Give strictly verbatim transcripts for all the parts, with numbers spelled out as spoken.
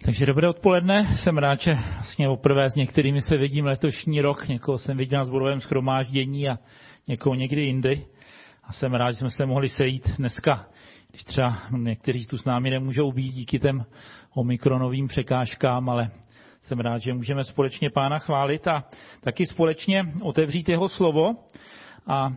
Takže dobré odpoledne, jsem rád, že vlastně poprvé s některými se vidím letošní rok, někoho jsem viděl na sborovém shromáždění a někoho někdy jindy. A jsem rád, že jsme se mohli sejít dneska, když třeba někteří tu s námi nemůžou být díky těm omikronovým překážkám, ale jsem rád, že můžeme společně Pána chválit a taky společně otevřít jeho slovo. A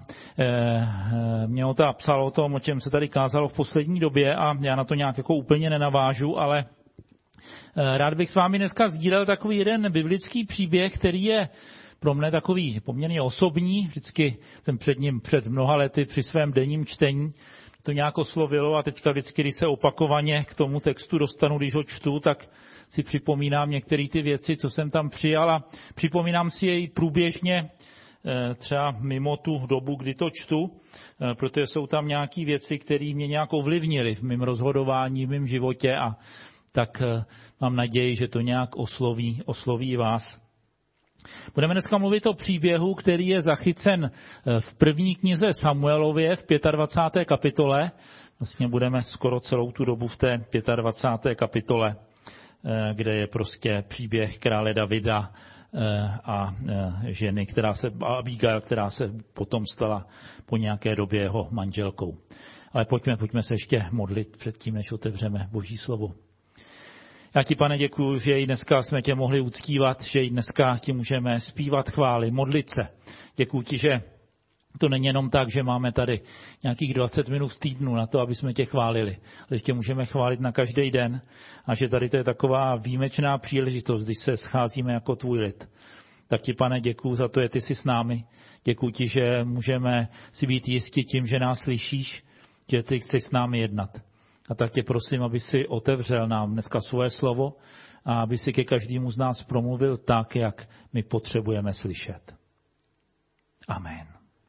e, mě o to psalo o tom, o čem se tady kázalo v poslední době a já na to nějak jako úplně nenavážu, ale e, rád bych s vámi dneska sdílel takový jeden biblický příběh, který je pro mne takový poměrně osobní. Vždycky jsem před ním před mnoha lety při svém denním čtení to nějak oslovilo a teďka vždycky, když se opakovaně k tomu textu dostanu, když ho čtu, tak si připomínám některé ty věci, co jsem tam přijal a připomínám si jej průběžně třeba mimo tu dobu, kdy to čtu, protože jsou tam nějaké věci, které mě nějak ovlivnily v mém rozhodování, v mém životě a tak mám naději, že to nějak osloví, osloví vás. Budeme dneska mluvit o příběhu, který je zachycen v první knize Samuelově v dvacáté páté kapitole. Vlastně budeme skoro celou tu dobu v té dvacáté páté kapitole, kde je prostě příběh krále Davida a ženy, která se, Abigail, která se potom stala po nějaké době jeho manželkou. Ale pojďme, pojďme se ještě modlit předtím, než otevřeme Boží slovo. Já ti, Pane, děkuju, že i dneska jsme tě mohli uctívat, že i dneska ti můžeme zpívat chvály, modlit se. Děkuju ti, že to není jenom tak, že máme tady nějakých dvacet minut v týdnu na to, aby jsme tě chválili, ale že tě můžeme chválit na každý den a že tady to je taková výjimečná příležitost, když se scházíme jako tvůj lid. Tak ti, Pane, děkuju za to, že ty jsi s námi. Děkuju ti, že můžeme si být jistí tím, že nás slyšíš, že ty chceš s námi jednat. A tak tě prosím, aby si otevřel nám dneska svoje slovo a aby si ke každému z nás promluvil tak, jak my potřebujeme slyšet. Amen.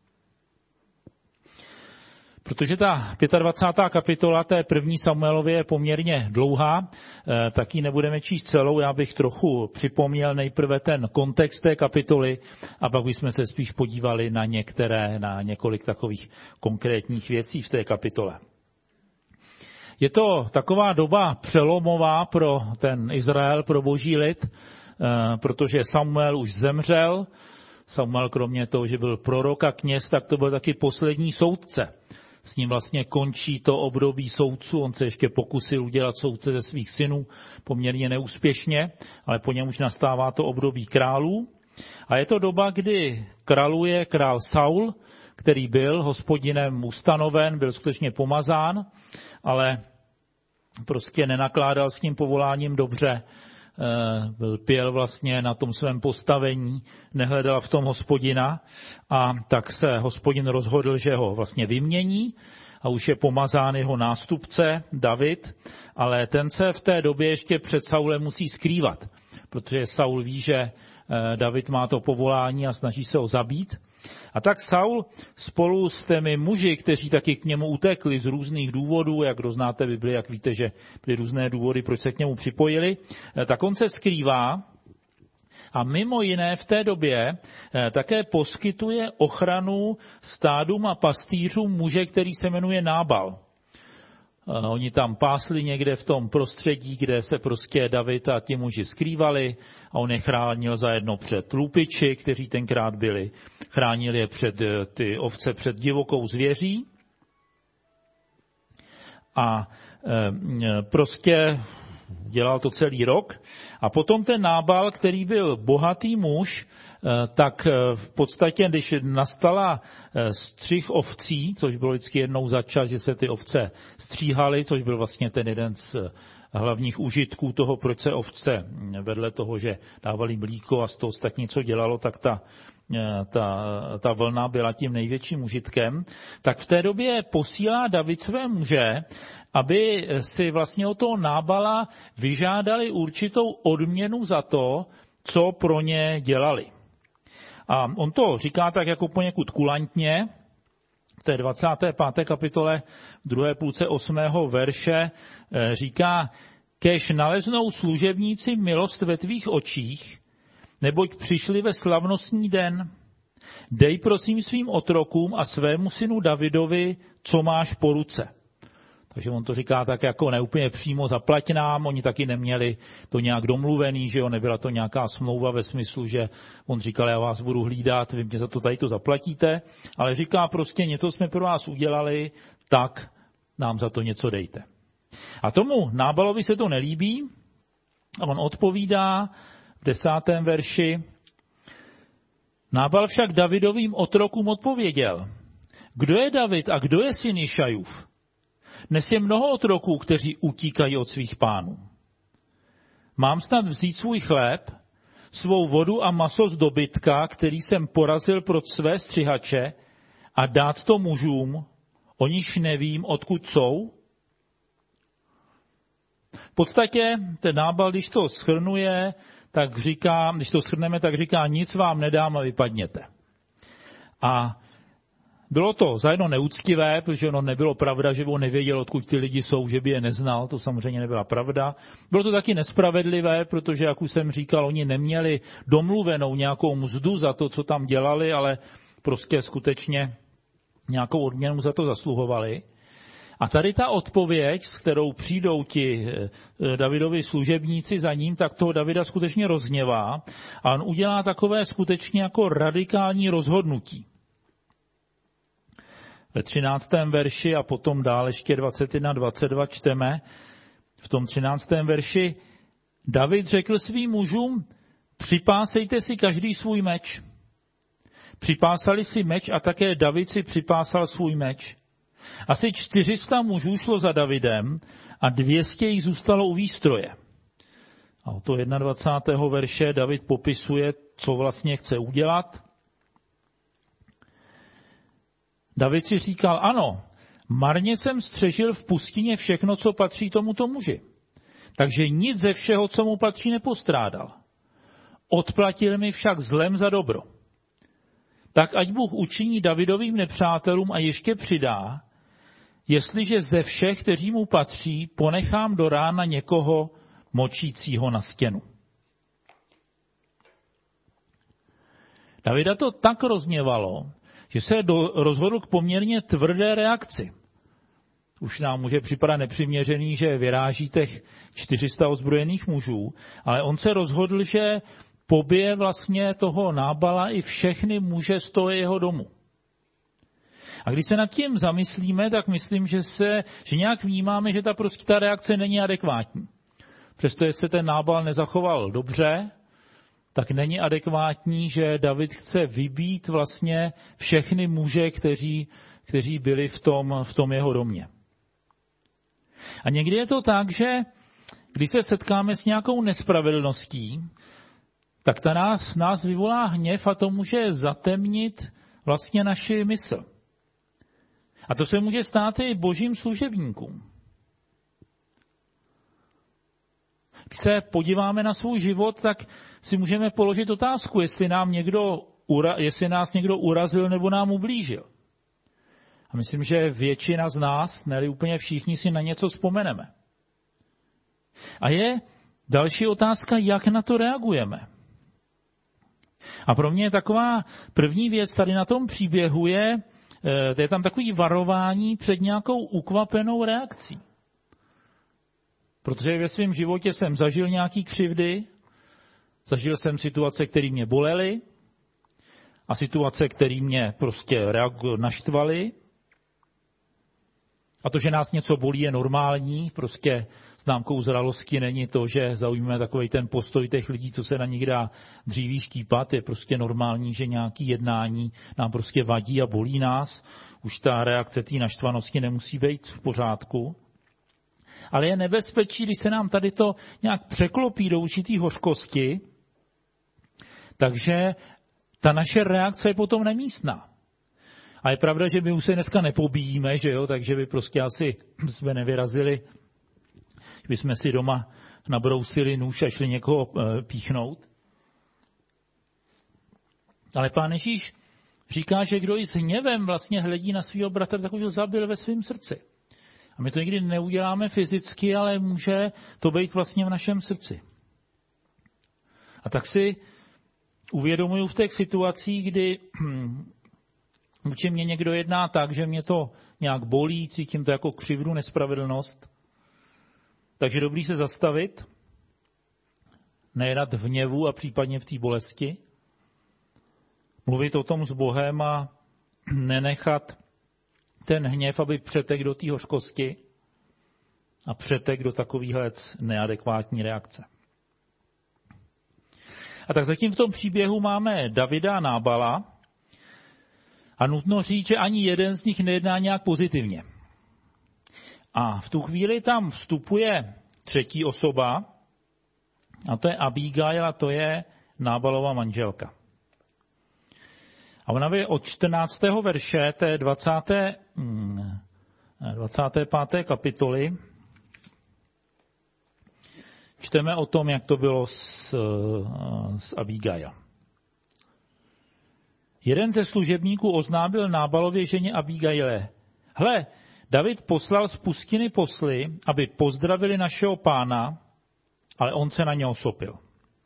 Protože ta dvacátá pátá kapitola té první Samuelově je poměrně dlouhá, tak ji nebudeme číst celou. Já bych trochu připomněl nejprve ten kontext té kapitoly a pak bychom se spíš podívali na některé, na několik takových konkrétních věcí v té kapitole. Je to taková doba přelomová pro ten Izrael, pro boží lid, protože Samuel už zemřel. Samuel kromě toho, že byl prorok a kněz, tak to byl taky poslední soudce. S ním vlastně končí to období soudců. On se ještě pokusil udělat soudce ze svých synů poměrně neúspěšně, ale po něm už nastává to období králů. A je to doba, kdy králuje král Saul, který byl Hospodinem ustanoven, byl skutečně pomazán, ale prostě nenakládal s tím povoláním dobře, byl pěl vlastně na tom svém postavení, nehledal v tom Hospodina a tak se Hospodin rozhodl, že ho vlastně vymění a už je pomazán jeho nástupce David, ale ten se v té době ještě před Saulem musí skrývat, protože Saul ví, že David má to povolání a snaží se ho zabít. A tak Saul spolu s těmi muži, kteří taky k němu utekli z různých důvodů, jak kdo znáte Bibli, jak víte, že byly různé důvody, proč se k němu připojili, tak on se skrývá a mimo jiné v té době také poskytuje ochranu stádům a pastýřům muže, který se jmenuje Nábal. Oni tam pásli někde v tom prostředí, kde se prostě David a ti muži skrývali a on je chránil zajedno před lupiči, kteří tenkrát byli. Chránil je před ty ovce před divokou zvěří a e, prostě dělal to celý rok. A potom ten Nábal, který byl bohatý muž, tak v podstatě, když nastala střih ovcí, což bylo vždycky jednou za čas, že se ty ovce stříhaly, což byl vlastně ten jeden z hlavních užitků toho, proč se ovce vedle toho, že dávali mlíko a z toho ostatní co dělalo, tak ta, ta, ta vlna byla tím největším užitkem, tak v té době posílá David své muže, aby si vlastně od toho Nábala vyžádali určitou odměnu za to, co pro ně dělali. A on to říká tak jako poněkud kulantně, v té dvacáté páté kapitole v druhé půlce osmého verše říká, kéž naleznou služebníci milost ve tvých očích, neboť přišli ve slavnostní den. Dej prosím svým otrokům a svému synu Davidovi, co máš po ruce. Takže on to říká tak jako neúplně přímo zaplať nám, oni taky neměli to nějak domluvený, že jo, nebyla to nějaká smlouva ve smyslu, že on říkal, já vás budu hlídat, vy mě za to tady to zaplatíte, ale říká prostě, něco jsme pro vás udělali, tak nám za to něco dejte. A tomu Nábalovi se to nelíbí a on odpovídá v desátém verši, Nábal však Davidovým otrokům odpověděl, kdo je David a kdo je syn Išajův? Dnes je mnoho otroků, kteří utíkají od svých pánů. Mám snad vzít svůj chléb, svou vodu a maso z dobytka, který jsem porazil pro své střihače, a dát to mužům, o nichž nevím, odkud jsou? V podstatě ten Nábal, když to shrnuje, tak říká, když to shrneme, tak říká, nic vám nedám a vypadněte. A bylo to zajedno neúctivé, protože ono nebylo pravda, že on nevěděl, odkud ty lidi jsou, že by je neznal, to samozřejmě nebyla pravda. Bylo to taky nespravedlivé, protože, jak už jsem říkal, oni neměli domluvenou nějakou mzdu za to, co tam dělali, ale prostě skutečně nějakou odměnu za to zasluhovali. A tady ta odpověď, s kterou přijdou ti Davidovi služebníci za ním, tak toho Davida skutečně rozhněvá a on udělá takové skutečně jako radikální rozhodnutí. Ve třináctém verši a potom dál ještě dvacet jedna dvacet dva čteme, v tom třináctém verši David řekl svým mužům, připásejte si každý svůj meč. Připásali si meč a také David si připásal svůj meč. Asi čtyři sta mužů šlo za Davidem a dvě stě jich zůstalo u výstroje. A o to dvacátého prvního verše David popisuje, co vlastně chce udělat. David si říkal, ano, marně jsem střežil v pustině všechno, co patří tomuto muži. Takže nic ze všeho, co mu patří, nepostrádal. Odplatil mi však zlem za dobro. Tak ať Bůh učiní Davidovým nepřátelům a ještě přidá, jestliže ze všech, kteří mu patří, ponechám do rána někoho močícího na stěnu. Davida to tak rozněvalo, že se do, rozhodl k poměrně tvrdé reakci. Už nám může připadat nepřiměřený, že vyráží těch čtyři sta ozbrojených mužů, ale on se rozhodl, že pobije vlastně toho Nábala i všechny muže z toho jeho domu. A když se nad tím zamyslíme, tak myslím, že se, že nějak vnímáme, že ta prostě ta reakce není adekvátní. Přestože se ten Nábal nezachoval dobře, tak není adekvátní, že David chce vybít vlastně všechny muže, kteří, kteří byli v tom, v tom jeho domě. A někdy je to tak, že když se setkáme s nějakou nespravedlností, tak ta nás, nás vyvolá hněv a to může zatemnit vlastně naši mysl. A to se může stát i božím služebníkům. Když se podíváme na svůj život, tak si můžeme položit otázku, jestli, nám někdo, jestli nás někdo urazil nebo nám ublížil. A myslím, že většina z nás, ne úplně všichni, si na něco vzpomeneme. A je další otázka, jak na to reagujeme. A pro mě je taková první věc tady na tom příběhu je, je tam takový varování před nějakou ukvapenou reakcí. Protože ve svém životě jsem zažil nějaký křivdy, zažil jsem situace, které mě bolely a situace, které mě prostě naštvaly. A to, že nás něco bolí, je normální, prostě známkou zralosti není to, že zaujmeme takový ten postoj těch lidí, co se na nich dá dříví štípat. Je prostě normální, že nějaký jednání nám prostě vadí a bolí nás. Už ta reakce té naštvanosti nemusí být v pořádku. Ale je nebezpečí, když se nám tady to nějak překlopí do určitý hořkosti, takže ta naše reakce je potom nemístná. A je pravda, že my už se dneska nepobíjíme, že jo, takže by prostě asi jsme nevyrazili, že bychom si doma nabrousili nůž a šli někoho píchnout. Ale Pán Ježíš říká, že kdo i s hněvem vlastně hledí na svého bratra, tak už ho zabil ve svém srdci. A my to nikdy neuděláme fyzicky, ale může to být vlastně v našem srdci. A tak si uvědomuju v těch situacích, kdy vůči mě někdo jedná tak, že mě to nějak bolí, cítím to jako křivdu, nespravedlnost, takže dobrý se zastavit, nejedat v hněvu a případně v té bolesti, mluvit o tom s Bohem a nenechat ten hněv, aby přetek do té hořkosti a přetek do takovýhle neadekvátní reakce. A tak zatím v tom příběhu máme Davida a Nábala a nutno říct, že ani jeden z nich nejedná nějak pozitivně. A v tu chvíli tam vstupuje třetí osoba, a to je Abigail, a to je Nábalova manželka. A ona je od čtrnáctého verše té dvacáté, dvacáté páté kapitoly. Čteme o tom, jak to bylo s, s Abigail. Jeden ze služebníků oznámil Nábalově ženě Abigaile: Hle, David poslal z pustiny posly, aby pozdravili našeho pána, ale on se na ně osopil.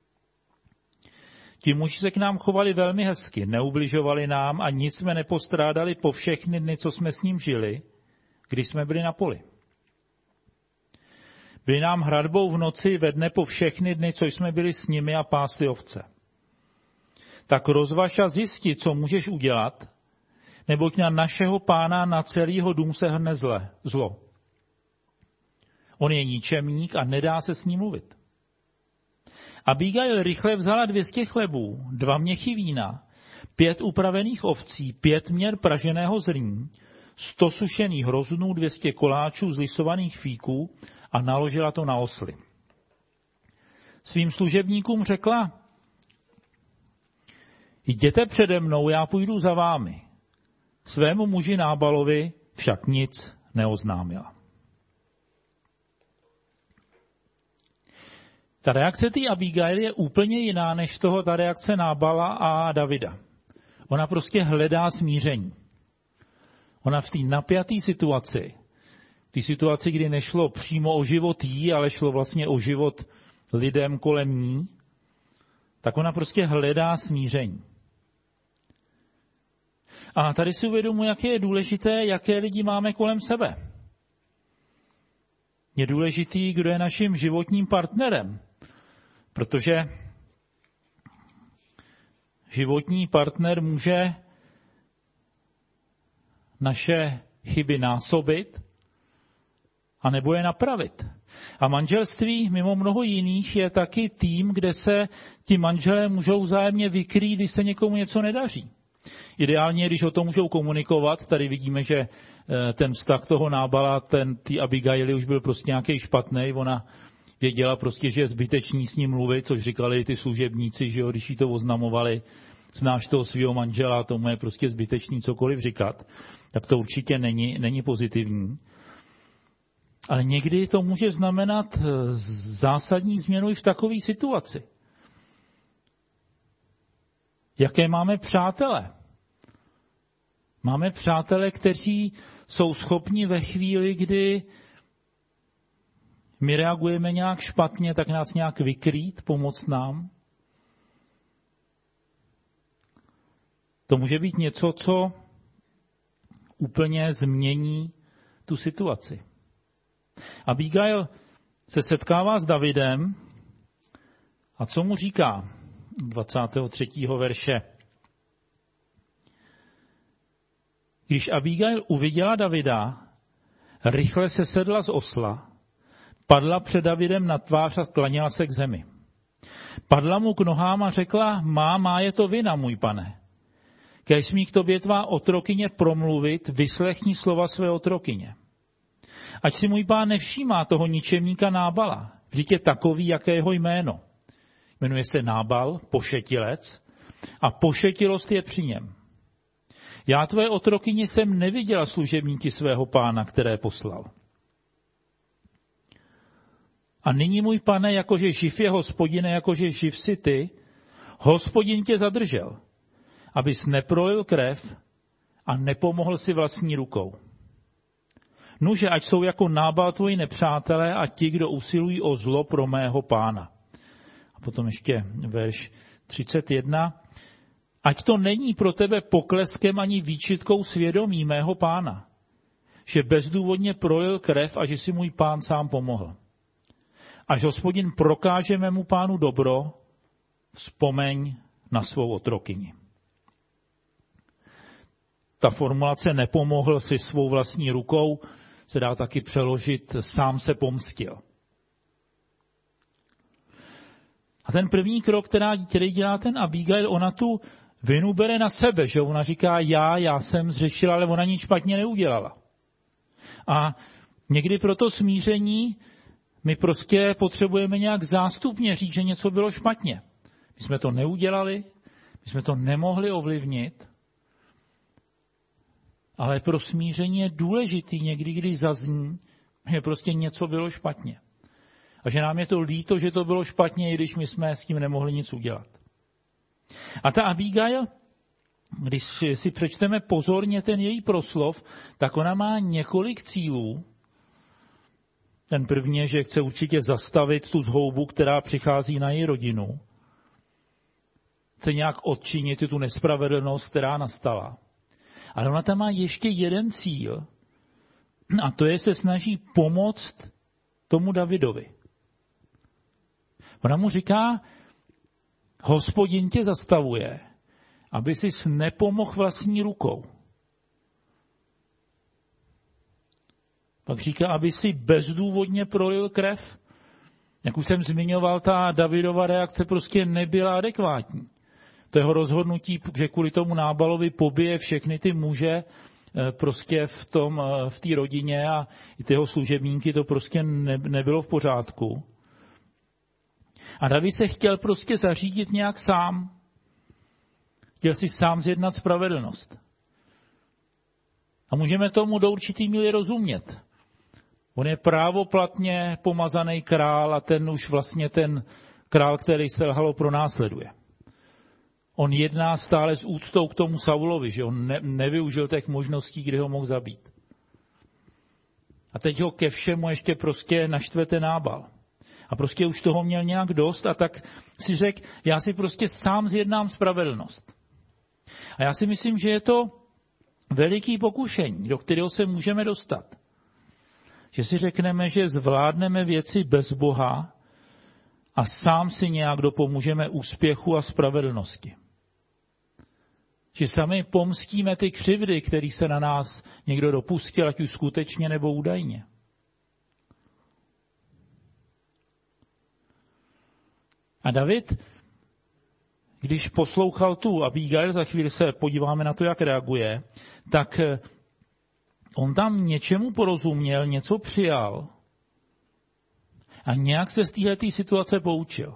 Ti muži se k nám chovali velmi hezky, neubližovali nám a nic jsme nepostrádali po všechny dny, co jsme s ním žili, když jsme byli na poli. Byli nám hradbou v noci ve dne po všechny dny, co jsme byli s nimi a pásli ovce. Tak rozvaž a zjisti, co můžeš udělat, neboť na našeho pána na celýho dům se hrne zle, zlo. On je ničemník a nedá se s ním mluvit. Abigail rychle vzala dvě stě chlebů, dva měchy vína, pět upravených ovcí, pět měr praženého zrní, sto sušených hroznů, dvě stě koláčů z lisovaných fíků a naložila to na osly. Svým služebníkům řekla: Jděte přede mnou, já půjdu za vámi. Svému muži Nábalovi však nic neoznámila. Ta reakce té Abigail je úplně jiná než toho ta reakce Nábala a Davida. Ona prostě hledá smíření. Ona v té napjaté situaci, v té situaci, kdy nešlo přímo o život jí, ale šlo vlastně o život lidem kolem ní, tak ona prostě hledá smíření. A tady si uvědomuji, jaké je důležité, jaké lidi máme kolem sebe. Je důležitý, kdo je naším životním partnerem, protože životní partner může naše chyby násobit a nebo je napravit. A manželství, mimo mnoho jiných, je taky tým, kde se ti manželé můžou vzájemně vykrýt, když se někomu něco nedaří. Ideálně, když o tom můžou komunikovat, tady vidíme, že ten vztah toho Nábala, ten tý Abigaili už byl prostě nějaký špatný, ona věděla prostě, že je zbytečný s ním mluvit, což říkali ty služebníci, že jo, když jí to oznamovali, znáš toho svého manžela, tomu je prostě zbytečný cokoliv říkat, tak to určitě není, není pozitivní. Ale někdy to může znamenat zásadní změnu i v takové situaci. Jaké máme přátele? Máme přátele, kteří jsou schopni ve chvíli, kdy my reagujeme nějak špatně, tak nás nějak vykrýt, pomoct nám. To může být něco, co úplně změní tu situaci. Abigail se setkává s Davidem a co mu říká? dvacátého třetího verše. Když Abigail uviděla Davida, rychle se sedla z osla, padla před Davidem na tvář a klaněla se k zemi. Padla mu k nohám a řekla: Má, má je to vina, můj pane. Kéž smí k tobě tvá otrokyně promluvit, vyslechni slova své otrokyně. Ať si můj pán nevšímá toho ničemníka Nábala, vždyť je takový, jaké jeho jméno. Jmenuje se Nábal, pošetilec, a pošetilost je při něm. Já tvé otrokyni jsem neviděla služebníky svého pána, které poslal. A nyní, můj pane, jakože živ je Hospodine, jakože živ si ty, Hospodin tě zadržel, abys neprolil krev a nepomohl si vlastní rukou. Nuže, ať jsou jako Nábal tvoji nepřátelé a ti, kdo usilují o zlo pro mého pána. A potom ještě verš třicet jedna. ať to není pro tebe pokleskem ani výčitkou svědomí mého pána, že bezdůvodně prolil krev a že si můj pán sám pomohl. Až Hospodin prokáže mému pánu dobro, vzpomeň na svou otrokyni. Ta formulace nepomohl si svou vlastní rukou se dá taky přeložit sám se pomstil. A ten první krok, který dělá ten Abigail, ona tu vinu bere na sebe, že ona říká já, já jsem zřešila, ale ona nic špatně neudělala. A někdy pro to smíření my prostě potřebujeme nějak zástupně říct, že něco bylo špatně. My jsme to neudělali, my jsme to nemohli ovlivnit, ale pro smíření je důležitý někdy, když zazní, že prostě něco bylo špatně. A že nám je to líto, že to bylo špatně, i když my jsme s tím nemohli nic udělat. A ta Abigail, když si přečteme pozorně ten její proslov, tak ona má několik cílů. Ten první je, že chce určitě zastavit tu zhoubu, která přichází na její rodinu. Chce nějak odčinit tu nespravedlnost, která nastala. Ale ona tam má ještě jeden cíl, a to je, se snaží pomoct tomu Davidovi. Ona mu říká, Hospodin tě zastavuje, aby sis nepomohl vlastní rukou. Pak říká, aby si bezdůvodně prolil krev. Jak už jsem zmiňoval, ta Davidova reakce prostě nebyla adekvátní. To jeho rozhodnutí, že kvůli tomu Nábalovi pobije všechny ty muže prostě v tom, v té rodině a i ty jeho služebníky, to prostě ne, nebylo v pořádku. A David se chtěl prostě zařídit nějak sám. Chtěl si sám zjednat spravedlnost. A můžeme tomu do určitý míry rozumět. On je právoplatně pomazaný král a ten už vlastně ten král, který selhalo, pronásleduje. On jedná stále s úctou k tomu Saulovi, že on ne, nevyužil těch možností, kdy ho mohl zabít. A teď ho ke všemu ještě prostě naštve ten Nábal. A prostě už toho měl nějak dost a tak si řekl, já si prostě sám zjednám spravedlnost. A já si myslím, že je to veliký pokušení, do kterého se můžeme dostat. Že si řekneme, že zvládneme věci bez Boha a sám si nějak dopomůžeme úspěchu a spravedlnosti. Že sami pomstíme ty křivdy, které se na nás někdo dopustil, ať už skutečně nebo údajně. A David, když poslouchal tu Abigail, za chvíli se podíváme na to, jak reaguje, tak on tam něčemu porozuměl, něco přijal a nějak se z téhleté situace poučil.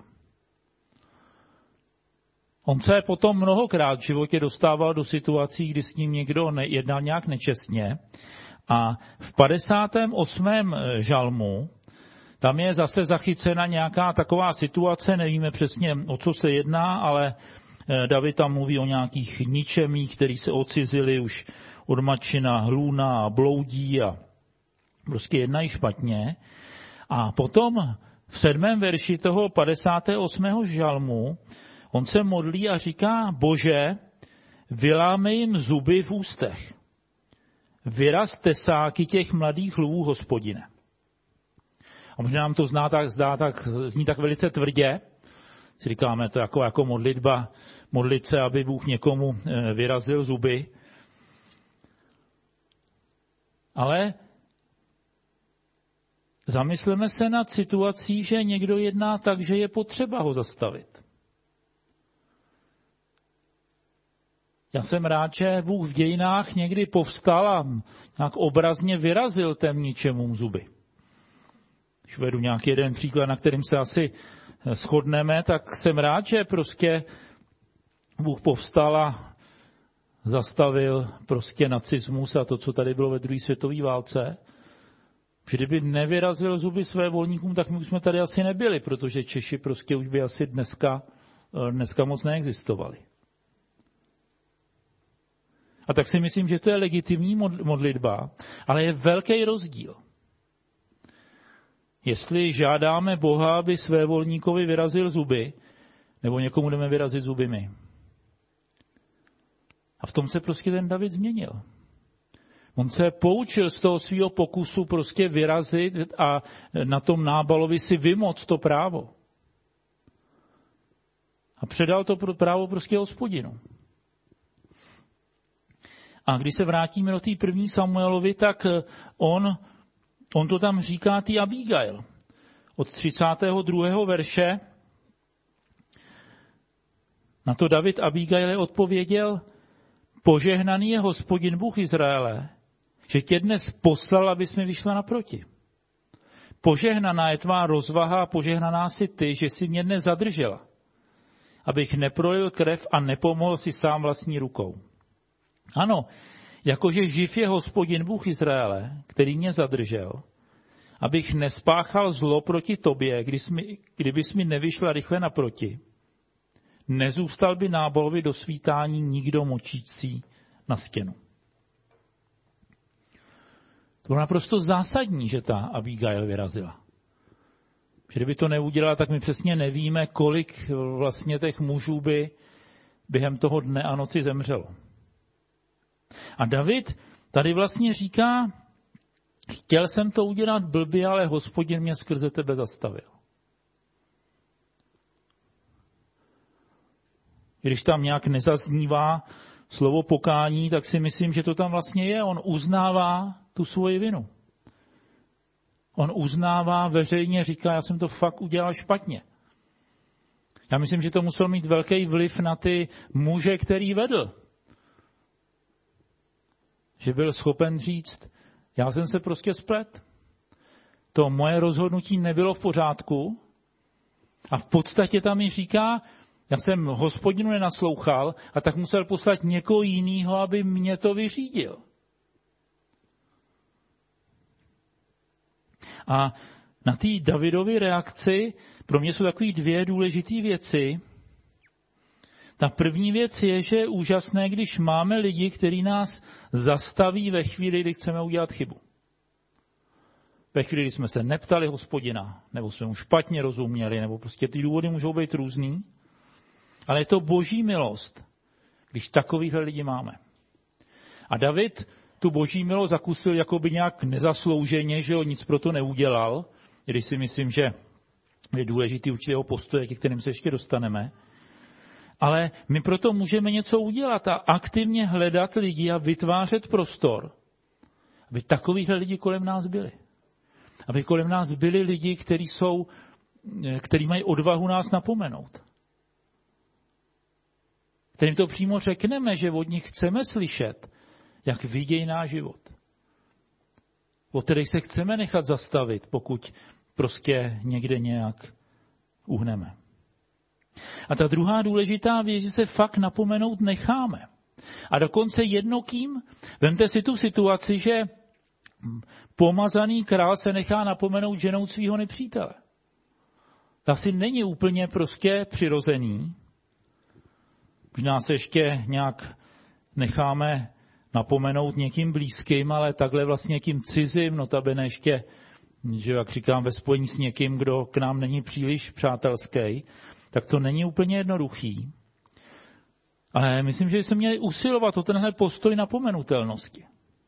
On se potom mnohokrát v životě dostával do situací, kdy s ním někdo jednal nějak nečestně a v padesátém osmém žalmu tam je zase zachycena nějaká taková situace, nevíme přesně, o co se jedná, ale David tam mluví o nějakých ničemích, který se odcizili už od matčina hlůna a bloudí a prostě jednají špatně. A potom v sedmém verši toho padesátého osmého žalmu on se modlí a říká, Bože, vyláme jim zuby v ústech. Vyraz tesáky těch mladých lvů, Hospodine. A možná nám to zná tak, zdá tak, zní tak velice tvrdě. Si říkáme to jako, jako modlitba, modlit se, aby Bůh někomu vyrazil zuby. Ale zamysleme se nad situací, že někdo jedná tak, že je potřeba ho zastavit. Já jsem rád, že Bůh v dějinách někdy povstal a nějak obrazně vyrazil temničemům zuby. Když vedu nějaký jeden příklad, na kterým se asi shodneme, tak jsem rád, že prostě Bůh povstal a zastavil prostě nacismus a to, co tady bylo ve druhé světové válce. Že kdyby nevyrazil zuby své volníkům, tak my už jsme tady asi nebyli, protože Češi prostě už by asi dneska, dneska moc neexistovali. A tak si myslím, že to je legitimní modlitba, ale je velký rozdíl. Jestli žádáme Boha, aby své volníkovi vyrazil zuby, nebo někomu jdeme vyrazit zuby my. A v tom se prostě ten David změnil. On se poučil z toho svého pokusu prostě vyrazit a na tom Nábalovi si vymoct to právo. A předal to právo prostě Hospodinu. A když se vrátíme do té první Samuelovi, tak on, on to tam říká tý Abigail. Od třicátého druhého verše na to David Abigaile odpověděl: požehnaný je Hospodin Bůh Izraele, že tě dnes poslal, abys mi vyšla naproti. Požehnaná je tvá rozvaha a požehnaná si ty, že jsi mě dnes zadržela, abych neprolil krev a nepomohl si sám vlastní rukou. Ano, jakože živ je Hospodin Bůh Izraele, který mě zadržel, abych nespáchal zlo proti tobě, kdybys mi nevyšla rychle naproti. Nezůstal by Nábalovi do svítání nikdo močící na stěnu. To bylo naprosto zásadní, že ta Abigail vyrazila. Že kdyby to neudělala, tak my přesně nevíme, kolik vlastně těch mužů by během toho dne a noci zemřelo. A David tady vlastně říká, chtěl jsem to udělat blbě, ale Hospodin mě skrze tebe zastavil. Když tam nějak nezaznívá slovo pokání, tak si myslím, že to tam vlastně je. On uznává tu svoji vinu. On uznává, veřejně říká, já jsem to fakt udělal špatně. Já myslím, že to musel mít velký vliv na ty muže, který vedl. Že byl schopen říct, já jsem se prostě splet. To moje rozhodnutí nebylo v pořádku a v podstatě tam mi říká, já jsem Hospodinu nenaslouchal a tak musel poslat někoho jiného, aby mě to vyřídil. A na té Davidovy reakci pro mě jsou takové dvě důležité věci. Ta první věc je, že je úžasné, když máme lidi, kteří nás zastaví ve chvíli, kdy chceme udělat chybu. Ve chvíli, kdy jsme se neptali Hospodina, nebo jsme mu špatně rozuměli, nebo prostě ty důvody můžou být různý. Ale je to boží milost, když takovýhle lidi máme. A David tu boží milost zakusil jakoby nějak nezaslouženě, že ho nic pro to neudělal, když si myslím, že je důležitý určitého postoje, ke kterým se ještě dostaneme. Ale my proto můžeme něco udělat a aktivně hledat lidi a vytvářet prostor, aby takovýhle lidi kolem nás byli. Aby kolem nás byli lidi, kteří jsou, kteří mají odvahu nás napomenout. Kterým to přímo řekneme, že od nich chceme slyšet, jak vidějí náš život. Od kterých se chceme nechat zastavit, pokud prostě někde nějak uhneme. A ta druhá důležitá věc, že se fakt napomenout necháme. A dokonce jednokým, vemte si tu situaci, že pomazaný král se nechá napomenout ženou svého nepřítele. To asi není úplně prostě přirozený. Možná se ještě nějak necháme napomenout někým blízkým, ale takhle vlastně někým cizím, notabene ještě, že jak říkám, ve spojení s někým, kdo k nám není příliš přátelský, tak to není úplně jednoduchý. Ale myslím, že jsme měli usilovat o tenhle postoj napomenutelnosti.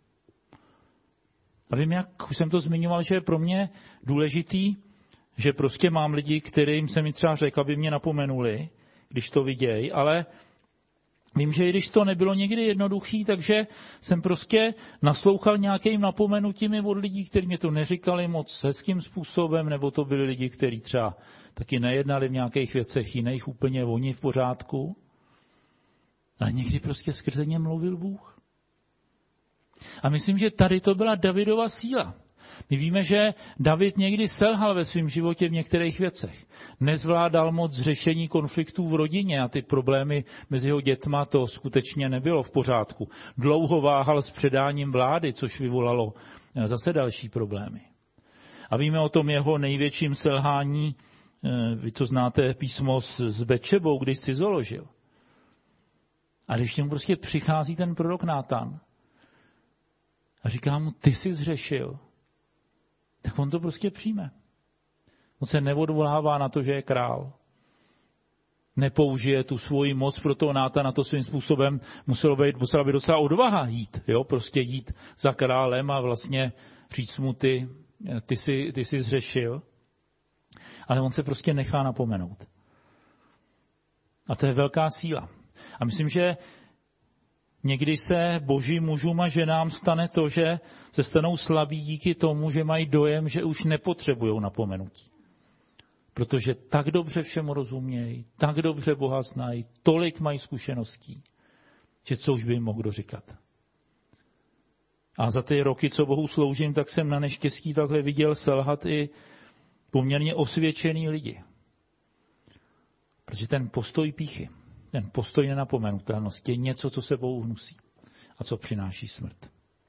A vím, jak už jsem to zmiňoval, že je pro mě důležitý, že prostě mám lidi, kterým jsem mi třeba řekl, aby mě napomenuli, když to vidějí, ale vím, že i když to nebylo někdy jednoduchý, takže jsem prostě naslouchal nějakým napomenutím od lidí, kteří mě to neříkali moc hezkým způsobem, nebo to byli lidi, kteří třeba taky nejednali v nějakých věcech jiných, úplně oni v pořádku. Ale někdy prostě skrze ně mluvil Bůh. A myslím, že tady to byla Davidova síla. My víme, že David někdy selhal ve svém životě v některých věcech. Nezvládal moc řešení konfliktů v rodině a ty problémy mezi jeho dětma, to skutečně nebylo v pořádku. Dlouho váhal s předáním vlády, což vyvolalo zase další problémy. A víme o tom jeho největším selhání, vy to znáte písmo s Betšebou, když si zoložil. A když němu prostě přichází ten prorok Nátan a říká mu, ty jsi zřešil, tak on to prostě přijme. On se neodvolává na to, že je král. nepoužije tu svoji moc pro toho Nátana, to svým způsobem muselo být, musela být docela odvaha jít, jo, prostě jít za králem a vlastně říct mu ty, ty jsi, ty jsi zřešil. Ale on se prostě nechá napomenout. A to je velká síla. A myslím, že někdy se božím mužům a ženám stane to, že se stanou slabí díky tomu, že mají dojem, že už nepotřebují napomenutí. Protože tak dobře všemu rozumějí, tak dobře Boha znají, tolik mají zkušeností, že co už by jim mohl říkat. A za ty roky, co Bohu sloužím, tak jsem na neštěstí takhle viděl selhat i poměrně osvědčený lidi. Protože ten postoj pýchy, ten postoj nenapomenutelnosti je něco, co se Bohu hnusí a co přináší smrt.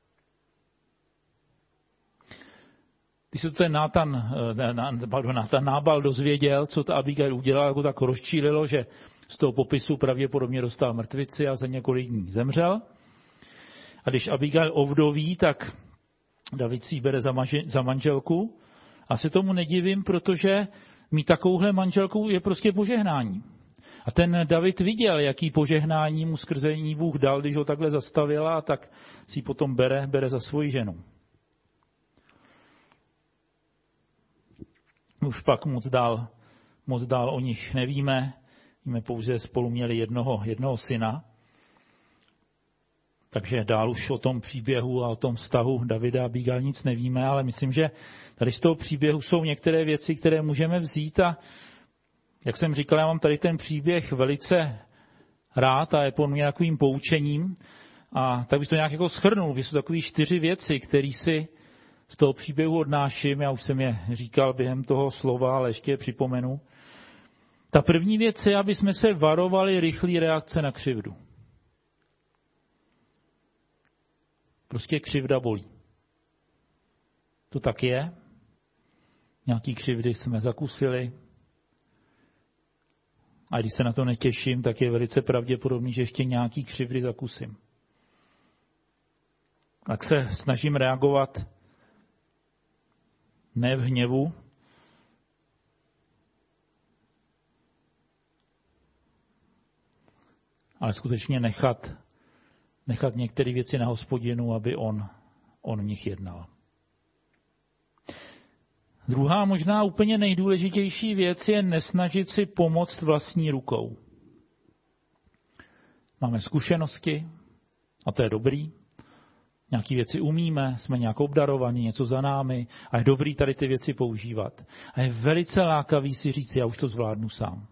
Když se to ten Nátan, pardon, Nátan Nábal dozvěděl, co ta Abigail udělala, jako tak rozčílilo, že z toho popisu pravděpodobně dostal mrtvici a za několik dní zemřel. A když Abigail ovdoví, tak David si ji bere za, maži, za manželku. A se tomu nedivím, protože mít takovouhle manželku je prostě požehnání. A ten David viděl, jaký požehnání mu skrze ní Bůh dal, když ho takhle zastavila, tak si ji potom bere, bere za svoji ženu. Už pak moc dál, moc dál o nich nevíme. Víme pouze, spolu měli jednoho, jednoho syna. Takže dál už o tom příběhu a o tom vztahu Davida a Abigail nic nevíme, ale myslím, že tady z toho příběhu jsou některé věci, které můžeme vzít a jak jsem říkal, já mám tady ten příběh velice rád a je pro mě takovým poučením a tak bych to nějak jako shrnul, že jsou takové čtyři věci, které si z toho příběhu odnáším, já už jsem je říkal během toho slova, ale ještě je připomenu. Ta první věc je, aby jsme se varovali rychlý reakce na křivdu. Prostě křivda bolí. To tak je. Nějaký křivdy jsme zakusili. A když se na to netěším, tak je velice pravděpodobný, že ještě nějaký křivdy zakusím. Tak se snažím reagovat ne v hněvu, ale skutečně nechat, nechat některé věci na Hospodinu, aby on, on v nich jednal. Druhá, možná úplně nejdůležitější věc je nesnažit si pomoct vlastní rukou. Máme zkušenosti, a to je dobrý. Nějaké věci umíme, jsme nějak obdarovaní, něco za námi a je dobrý tady ty věci používat. A je velice lákavý si říct, já už to zvládnu sám.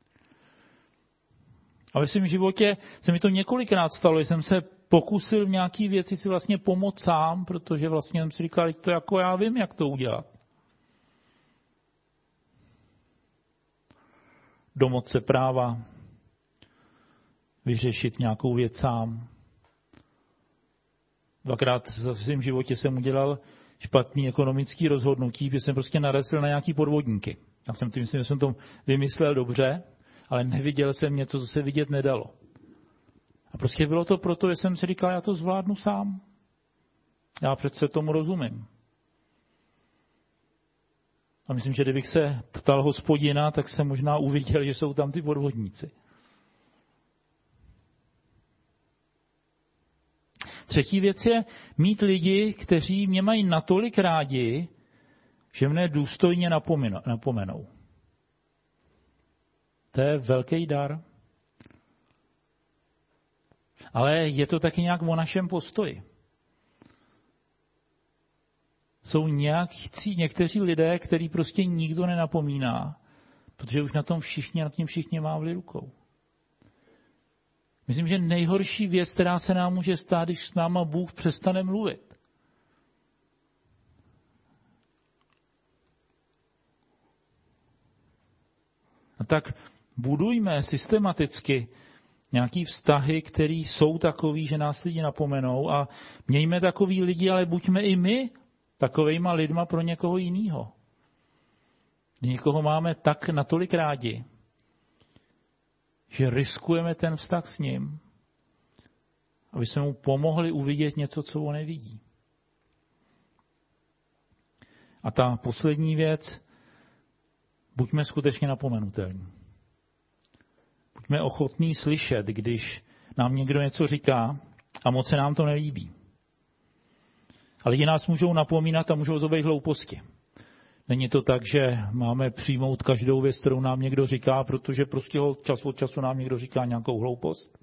A ve svém životě se mi to několikrát stalo, že jsem se pokusil v nějaké věci si vlastně pomoct sám, protože vlastně jsem si říkal, to jako já vím, jak to udělat. Domoct se práva, vyřešit nějakou věc sám. Dvakrát v svém životě jsem udělal špatný ekonomický rozhodnutí, protože jsem prostě narazil na nějaký podvodníky. Já jsem tím myslím, že jsem to vymyslel dobře, ale neviděl jsem něco, co se vidět nedalo. A prostě bylo to proto, že jsem si říkal, já to zvládnu sám. Já přece tomu rozumím. A myslím, že kdybych se ptal Hospodina, tak jsem možná uviděl, že jsou tam ty podvodníci. Třetí věc je mít lidi, kteří mě mají natolik rádi, že mne důstojně napomenou. To je velký dar. Ale je to taky nějak o našem postoji. Jsou nějaký, někteří lidé, který prostě nikdo nenapomíná, protože už na tom všichni, nad tím všichni mávli rukou. Myslím, že nejhorší věc, která se nám může stát, když s náma Bůh přestane mluvit. A tak budujme systematicky nějaký vztahy, které jsou takový, že nás lidi napomenou a mějme takový lidi, ale buďme i my takovejma lidma pro někoho jiného. Někoho máme tak natolik rádi, že riskujeme ten vztah s ním, aby jsme mu pomohli uvidět něco, co on nevidí. A ta poslední věc, buďme skutečně napomenutelní. Buďme ochotní slyšet, když nám někdo něco říká a moc se nám to nelíbí. A lidi nás můžou napomínat a můžou to být hlouposti. Není to tak, že máme přijmout každou věc, kterou nám někdo říká, protože prostě čas od času nám někdo říká nějakou hloupost.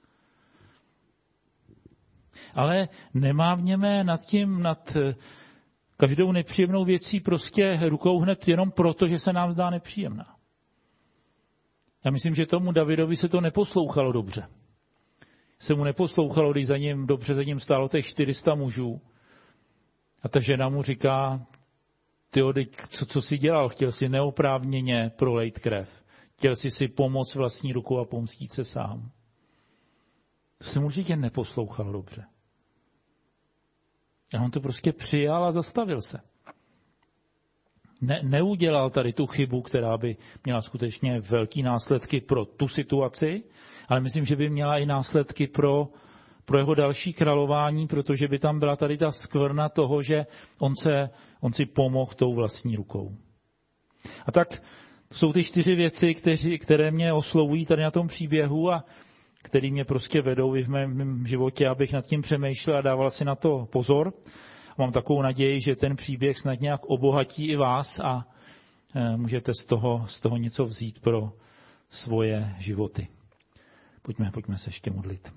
Ale nemávněme nad tím, nad každou nepříjemnou věcí prostě rukou hned jenom proto, že se nám zdá nepříjemná. Já myslím, že tomu Davidovi se to neposlouchalo dobře. Se mu neposlouchalo, když za ním, dobře za ním stálo těch čtyři sta mužů. A ta žena mu říká, tyjo, co, co jsi dělal? Chtěl jsi neoprávněně prolejt krev. Chtěl jsi si pomoct vlastní rukou a pomstít se sám. To se mu určitě neposlouchal dobře. A on to prostě přijal a zastavil se. Ne, neudělal tady tu chybu, která by měla skutečně velký následky pro tu situaci, ale myslím, že by měla i následky pro, pro jeho další králování, protože by tam byla tady ta skvrna toho, že on, se, on si pomohl tou vlastní rukou. A tak to jsou ty čtyři věci, kteři, které mě oslovují tady na tom příběhu a které mě prostě vedou i v mém životě, abych nad tím přemýšlel a dával si na to pozor. Mám takovou naději, že ten příběh snad nějak obohatí i vás a můžete z toho, z toho něco vzít pro svoje životy. Pojďme, pojďme se ještě modlit.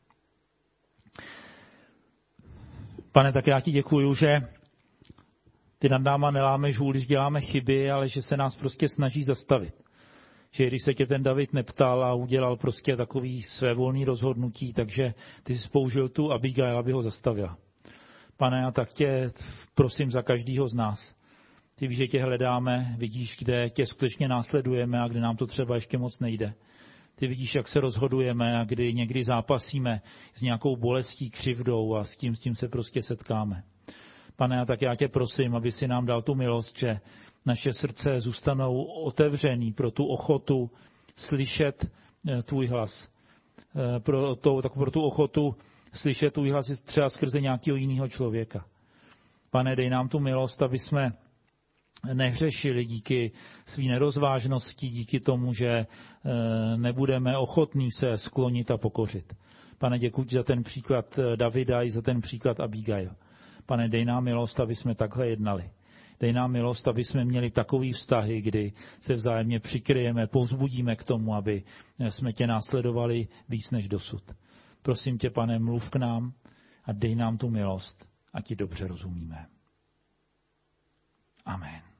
Pane, tak já ti děkuju, že ty nad náma nelámeš hůl, když děláme chyby, ale že se nás prostě snaží zastavit. Že když se tě ten David neptal a udělal prostě takový svévolný rozhodnutí, takže ty jsi použil tu Abigail, aby ho zastavila. Pane, a tak tě prosím za každýho z nás. Ty víš, že tě hledáme, vidíš, kde tě skutečně následujeme a kde nám to třeba ještě moc nejde. Ty vidíš, jak se rozhodujeme a kdy někdy zápasíme s nějakou bolestí, křivdou a s tím, s tím se prostě setkáme. Pane, a tak já tě prosím, aby si nám dal tu milost, že naše srdce zůstanou otevřený pro tu ochotu slyšet tvůj hlas. Pro, to, tak pro tu ochotu slyšet tvůj hlas třeba skrze nějakého jiného člověka. Pane, dej nám tu milost, aby jsme nehřešili díky svý nerozvážnosti, díky tomu, že nebudeme ochotní se sklonit a pokořit. Pane, děkuji za ten příklad Davida i za ten příklad Abigail. Pane, dej nám milost, aby jsme takhle jednali. Dej nám milost, aby jsme měli takový vztahy, kdy se vzájemně přikryjeme, povzbudíme k tomu, aby jsme tě následovali víc než dosud. Prosím tě, Pane, mluv k nám a dej nám tu milost, ať ti dobře rozumíme. Amen.